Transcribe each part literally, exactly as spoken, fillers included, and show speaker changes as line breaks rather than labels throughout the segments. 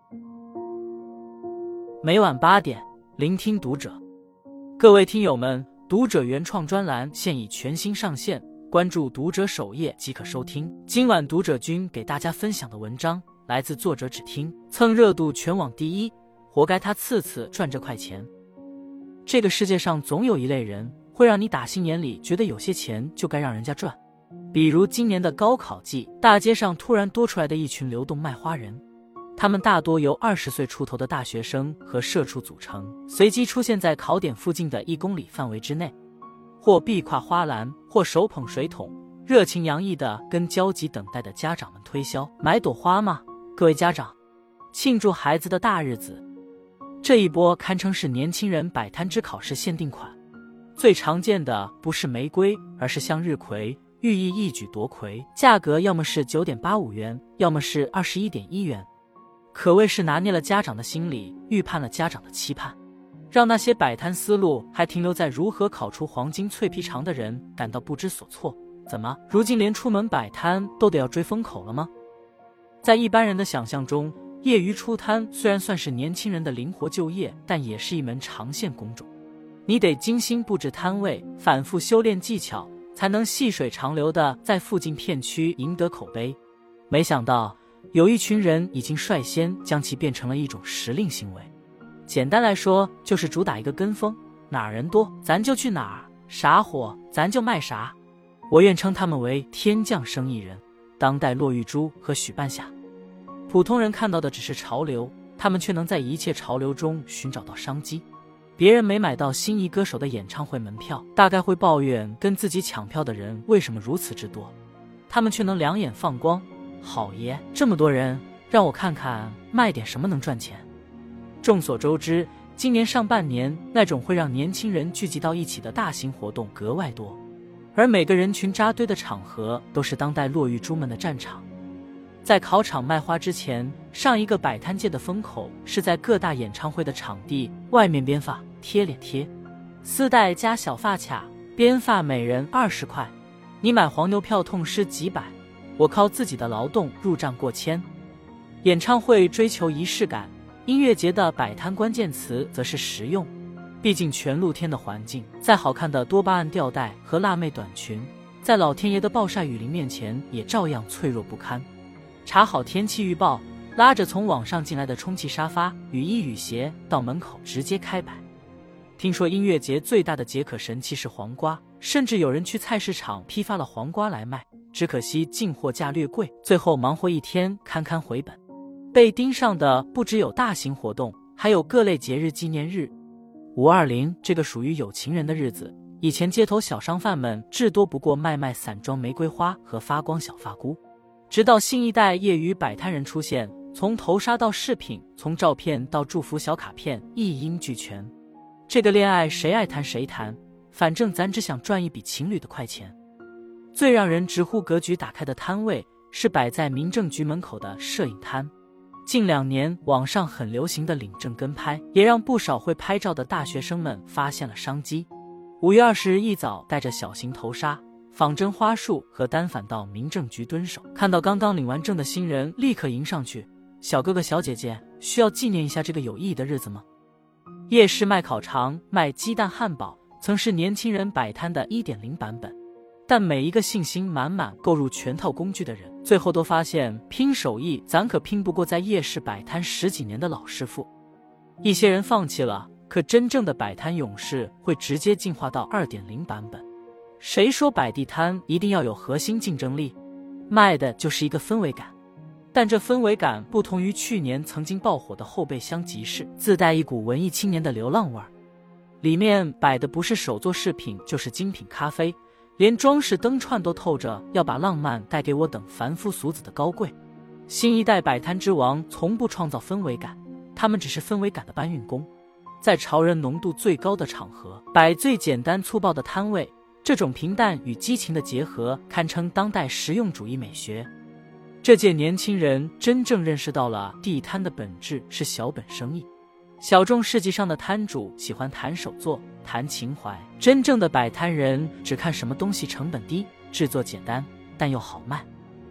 每晚八点，聆听读者。各位听友们，读者原创专栏现已全新上线，关注读者首页即可收听。今晚读者君给大家分享的文章来自作者只听，蹭热度全网第一，活该他次次赚这块钱。这个世界上总有一类人，会让你打心眼里觉得有些钱就该让人家赚。比如今年的高考季，大街上突然多出来的一群流动卖花人，他们大多由二十岁出头的大学生和社畜组成，随机出现在考点附近的一公里范围之内，或臂挎花篮，或手捧水桶，热情洋溢地跟焦急等待的家长们推销：买朵花吗？各位家长，庆祝孩子的大日子。这一波堪称是年轻人摆摊之考试限定款，最常见的不是玫瑰，而是向日葵，寓意一举夺魁，价格要么是 九点八五元，要么是 二十一点一元，可谓是拿捏了家长的心理，预判了家长的期盼，让那些摆摊思路还停留在如何烤出黄金脆皮肠的人感到不知所措。怎么，如今连出门摆摊都得要追风口了吗？在一般人的想象中，业余出摊虽然算是年轻人的灵活就业，但也是一门长线工种。你得精心布置摊位，反复修炼技巧，才能细水长流地在附近片区赢得口碑。没想到有一群人已经率先将其变成了一种时令行为。简单来说，就是主打一个跟风，哪儿人多咱就去哪儿，啥火咱就卖啥。我愿称他们为天降生意人，当代骆玉珠和许半夏。普通人看到的只是潮流，他们却能在一切潮流中寻找到商机。别人没买到心仪歌手的演唱会门票，大概会抱怨跟自己抢票的人为什么如此之多，他们却能两眼放光，好爷，这么多人，让我看看卖点什么能赚钱。众所周知，今年上半年那种会让年轻人聚集到一起的大型活动格外多，而每个人群扎堆的场合都是当代落玉珠们的战场。在考场卖花之前，上一个摆摊界的风口是在各大演唱会的场地外面编发贴脸贴，丝带加小发卡，编发每人二十块，你买黄牛票痛失几百，我靠自己的劳动入账过千。演唱会追求仪式感，音乐节的摆摊关键词则是实用。毕竟全露天的环境，再好看的多巴胺吊带和辣妹短裙，在老天爷的暴晒雨淋面前也照样脆弱不堪。查好天气预报，拉着从网上进来的充气沙发、雨衣、雨鞋到门口直接开摆。听说音乐节最大的解渴神器是黄瓜，甚至有人去菜市场批发了黄瓜来卖，只可惜进货价略贵，最后忙活一天堪堪回本。被盯上的不只有大型活动，还有各类节日纪念日。五二零这个属于有情人的日子，以前街头小商贩们至多不过卖卖散装玫瑰花和发光小发箍，直到新一代业余摆摊人出现，从头纱到饰品，从照片到祝福小卡片，一应俱全。这个恋爱谁爱谈谁谈，反正咱只想赚一笔情侣的快钱。最让人直呼格局打开的摊位是摆在民政局门口的摄影摊。近两年网上很流行的领证跟拍，也让不少会拍照的大学生们发现了商机。五月二十日一早，带着小型头纱、仿真花束和单反到民政局蹲守，看到刚刚领完证的新人，立刻迎上去：小哥哥小姐姐，需要纪念一下这个有意义的日子吗？夜市卖烤肠、卖鸡蛋汉堡曾是年轻人摆摊的 一点零 版本，但每一个信心满满购入全套工具的人，最后都发现拼手艺咱可拼不过在夜市摆摊十几年的老师傅。一些人放弃了，可真正的摆摊勇士会直接进化到 二点零 版本。谁说摆地摊一定要有核心竞争力？卖的就是一个氛围感。但这氛围感不同于去年曾经爆火的后备箱集市，自带一股文艺青年的流浪味儿。里面摆的不是手作饰品，就是精品咖啡，连装饰灯串都透着要把浪漫带给我等凡夫俗子的高贵。新一代摆摊之王从不创造氛围感，他们只是氛围感的搬运工。在潮人浓度最高的场合摆最简单粗暴的摊位，这种平淡与激情的结合堪称当代实用主义美学。这届年轻人真正认识到了地摊的本质是小本生意。小众市集上的摊主喜欢谈手作、谈情怀，真正的摆摊人只看什么东西成本低、制作简单但又好卖。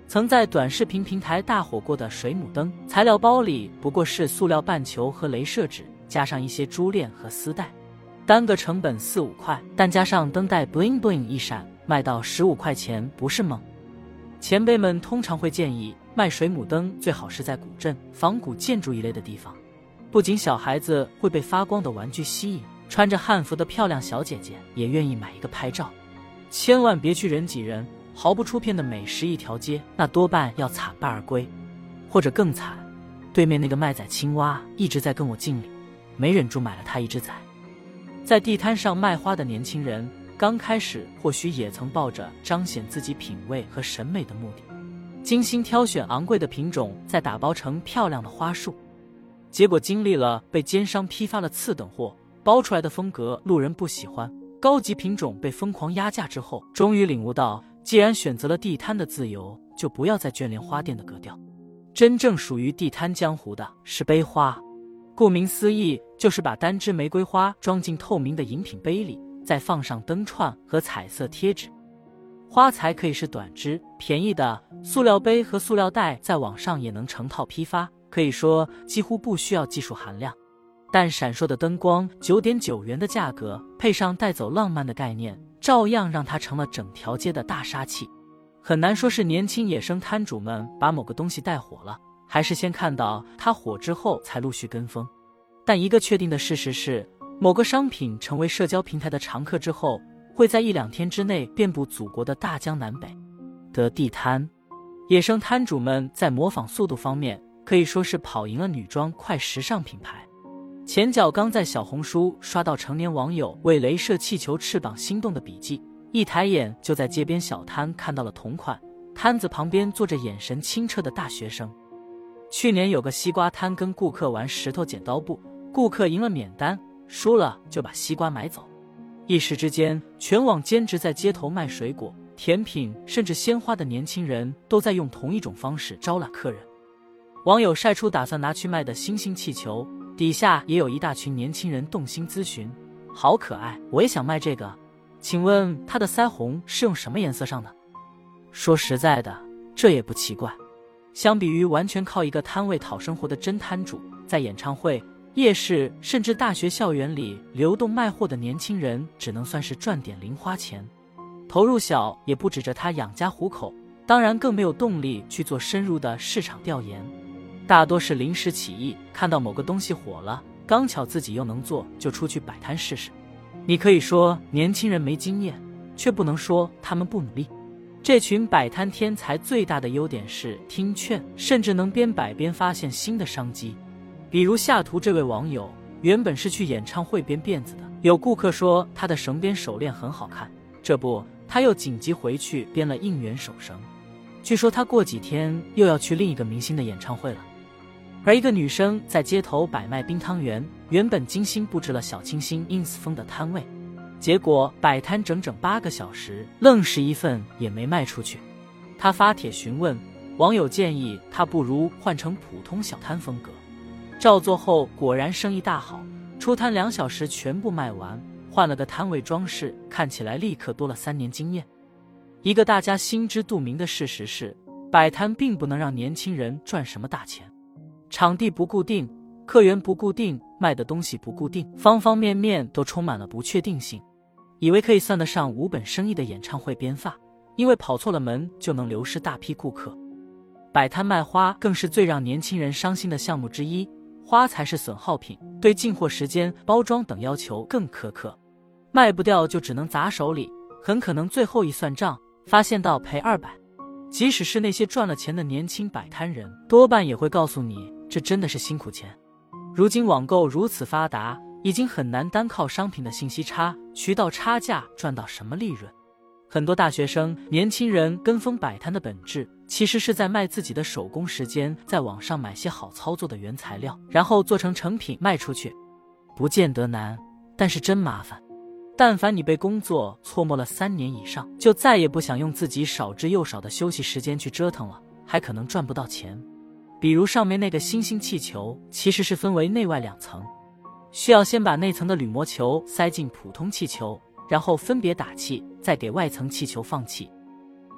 曾在短视频平台大火过的水母灯，材料包里不过是塑料半球和镭射纸，加上一些珠链和丝带，单个成本四五块，但加上灯带 bling bling 一闪，卖到十五块钱不是梦。前辈们通常会建议卖水母灯最好是在古镇、仿古建筑一类的地方，不仅小孩子会被发光的玩具吸引，穿着汉服的漂亮小姐姐也愿意买一个拍照。千万别去人挤人、毫不出片的美食一条街，那多半要惨败而归。或者更惨，对面那个卖仔青蛙一直在跟我敬礼，没忍住买了他一只仔。在地摊上卖花的年轻人，刚开始或许也曾抱着彰显自己品味和审美的目的，精心挑选昂贵的品种，再打包成漂亮的花束。结果经历了被奸商批发了次等货，包出来的风格路人不喜欢，高级品种被疯狂压价之后，终于领悟到，既然选择了地摊的自由，就不要再眷恋花店的格调。真正属于地摊江湖的是杯花，顾名思义，就是把单支玫瑰花装进透明的饮品杯里，再放上灯串和彩色贴纸。花材可以是短支、便宜的塑料杯和塑料袋，在网上也能成套批发，可以说几乎不需要技术含量。但闪烁的灯光 九点九元的价格，配上带走浪漫的概念，照样让它成了整条街的大杀器。很难说是年轻野生摊主们把某个东西带火了，还是先看到它火之后才陆续跟风。但一个确定的事实是，某个商品成为社交平台的常客之后，会在一两天之内遍布祖国的大江南北。的地摊野生摊主们在模仿速度方面，可以说是跑赢了女装快时尚品牌。前脚刚在小红书刷到成年网友为镭射气球翅膀心动的笔记，一抬眼就在街边小摊看到了同款，摊子旁边坐着眼神清澈的大学生。去年有个西瓜摊跟顾客玩石头剪刀布，顾客赢了免单，输了就把西瓜买走。一时之间，全网兼职在街头卖水果、甜品甚至鲜花的年轻人都在用同一种方式招揽客人。网友晒出打算拿去卖的星星气球，底下也有一大群年轻人动心咨询，好可爱，我也想卖这个，请问它的腮红是用什么颜色上的？说实在的，这也不奇怪，相比于完全靠一个摊位讨生活的真摊主，在演唱会、夜市甚至大学校园里流动卖货的年轻人，只能算是赚点零花钱，投入小也不指着他养家糊口，当然更没有动力去做深入的市场调研。大多是临时起意，看到某个东西火了，刚巧自己又能做，就出去摆摊试试。你可以说年轻人没经验，却不能说他们不努力。这群摆摊天才最大的优点是听劝，甚至能边摆边发现新的商机。比如下图这位网友，原本是去演唱会编辫子的，有顾客说他的绳编手链很好看，这不，他又紧急回去编了应援手绳。据说他过几天又要去另一个明星的演唱会了。而一个女生在街头摆卖冰汤圆，原本精心布置了小清新 ins 风的摊位，结果摆摊整整八个小时，愣是一份也没卖出去。她发帖询问，网友建议她不如换成普通小摊风格。照做后果然生意大好，出摊两小时全部卖完，换了个摊位装饰，看起来立刻多了三年经验。一个大家心知肚明的事实是，摆摊并不能让年轻人赚什么大钱。场地不固定，客源不固定，卖的东西不固定，方方面面都充满了不确定性。以为可以算得上无本生意的演唱会编发，因为跑错了门就能流失大批顾客。摆摊卖花更是最让年轻人伤心的项目之一，花材是损耗品，对进货时间、包装等要求更苛刻，卖不掉就只能砸手里，很可能最后一算账，发现到赔二百。即使是那些赚了钱的年轻摆摊人，多半也会告诉你，这真的是辛苦钱。如今网购如此发达，已经很难单靠商品的信息差、渠道差价赚到什么利润。很多大学生、年轻人跟风摆摊的本质，其实是在卖自己的手工时间，在网上买些好操作的原材料，然后做成成品卖出去。不见得难，但是真麻烦。但凡你被工作搓磨了三年以上，就再也不想用自己少之又少的休息时间去折腾了，还可能赚不到钱。比如上面那个星星气球，其实是分为内外两层，需要先把内层的铝膜球塞进普通气球，然后分别打气，再给外层气球放气。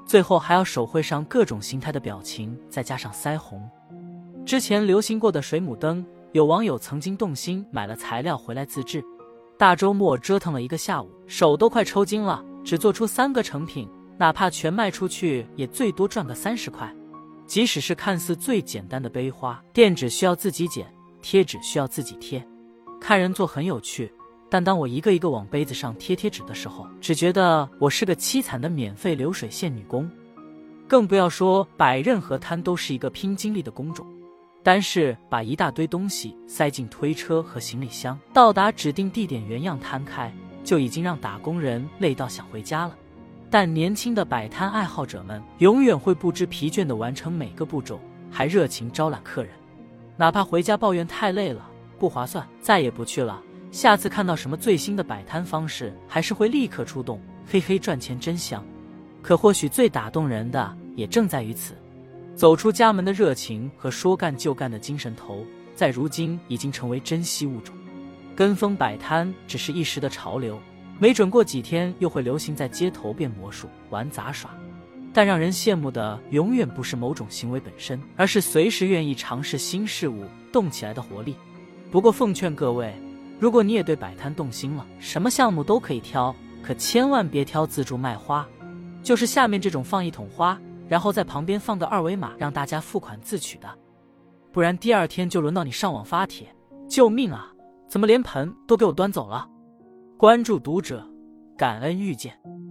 最后还要手绘上各种形态的表情，再加上腮红。之前流行过的水母灯，有网友曾经动心买了材料回来自制，大周末折腾了一个下午，手都快抽筋了，只做出三个成品，哪怕全卖出去也最多赚个三十块。即使是看似最简单的杯花，垫纸需要自己剪，贴纸需要自己贴，看人做很有趣，但当我一个一个往杯子上贴贴纸的时候，只觉得我是个凄惨的免费流水线女工。更不要说摆任何摊都是一个拼精力的工种，单是把一大堆东西塞进推车和行李箱，到达指定地点原样摊开，就已经让打工人累到想回家了。但年轻的摆摊爱好者们永远会不知疲倦地完成每个步骤，还热情招揽客人，哪怕回家抱怨太累了，不划算，再也不去了。下次看到什么最新的摆摊方式，还是会立刻出动，嘿嘿，赚钱真香。可或许最打动人的也正在于此，走出家门的热情和说干就干的精神头，在如今已经成为珍稀物种。跟风摆摊只是一时的潮流，没准过几天又会流行在街头变魔术、玩杂耍。但让人羡慕的永远不是某种行为本身，而是随时愿意尝试新事物、动起来的活力。不过奉劝各位，如果你也对摆摊动心了，什么项目都可以挑，可千万别挑自助卖花，就是下面这种放一桶花，然后在旁边放个二维码让大家付款自取的，不然第二天就轮到你上网发帖，救命啊，怎么连盆都给我端走了。关注读者，感恩遇见。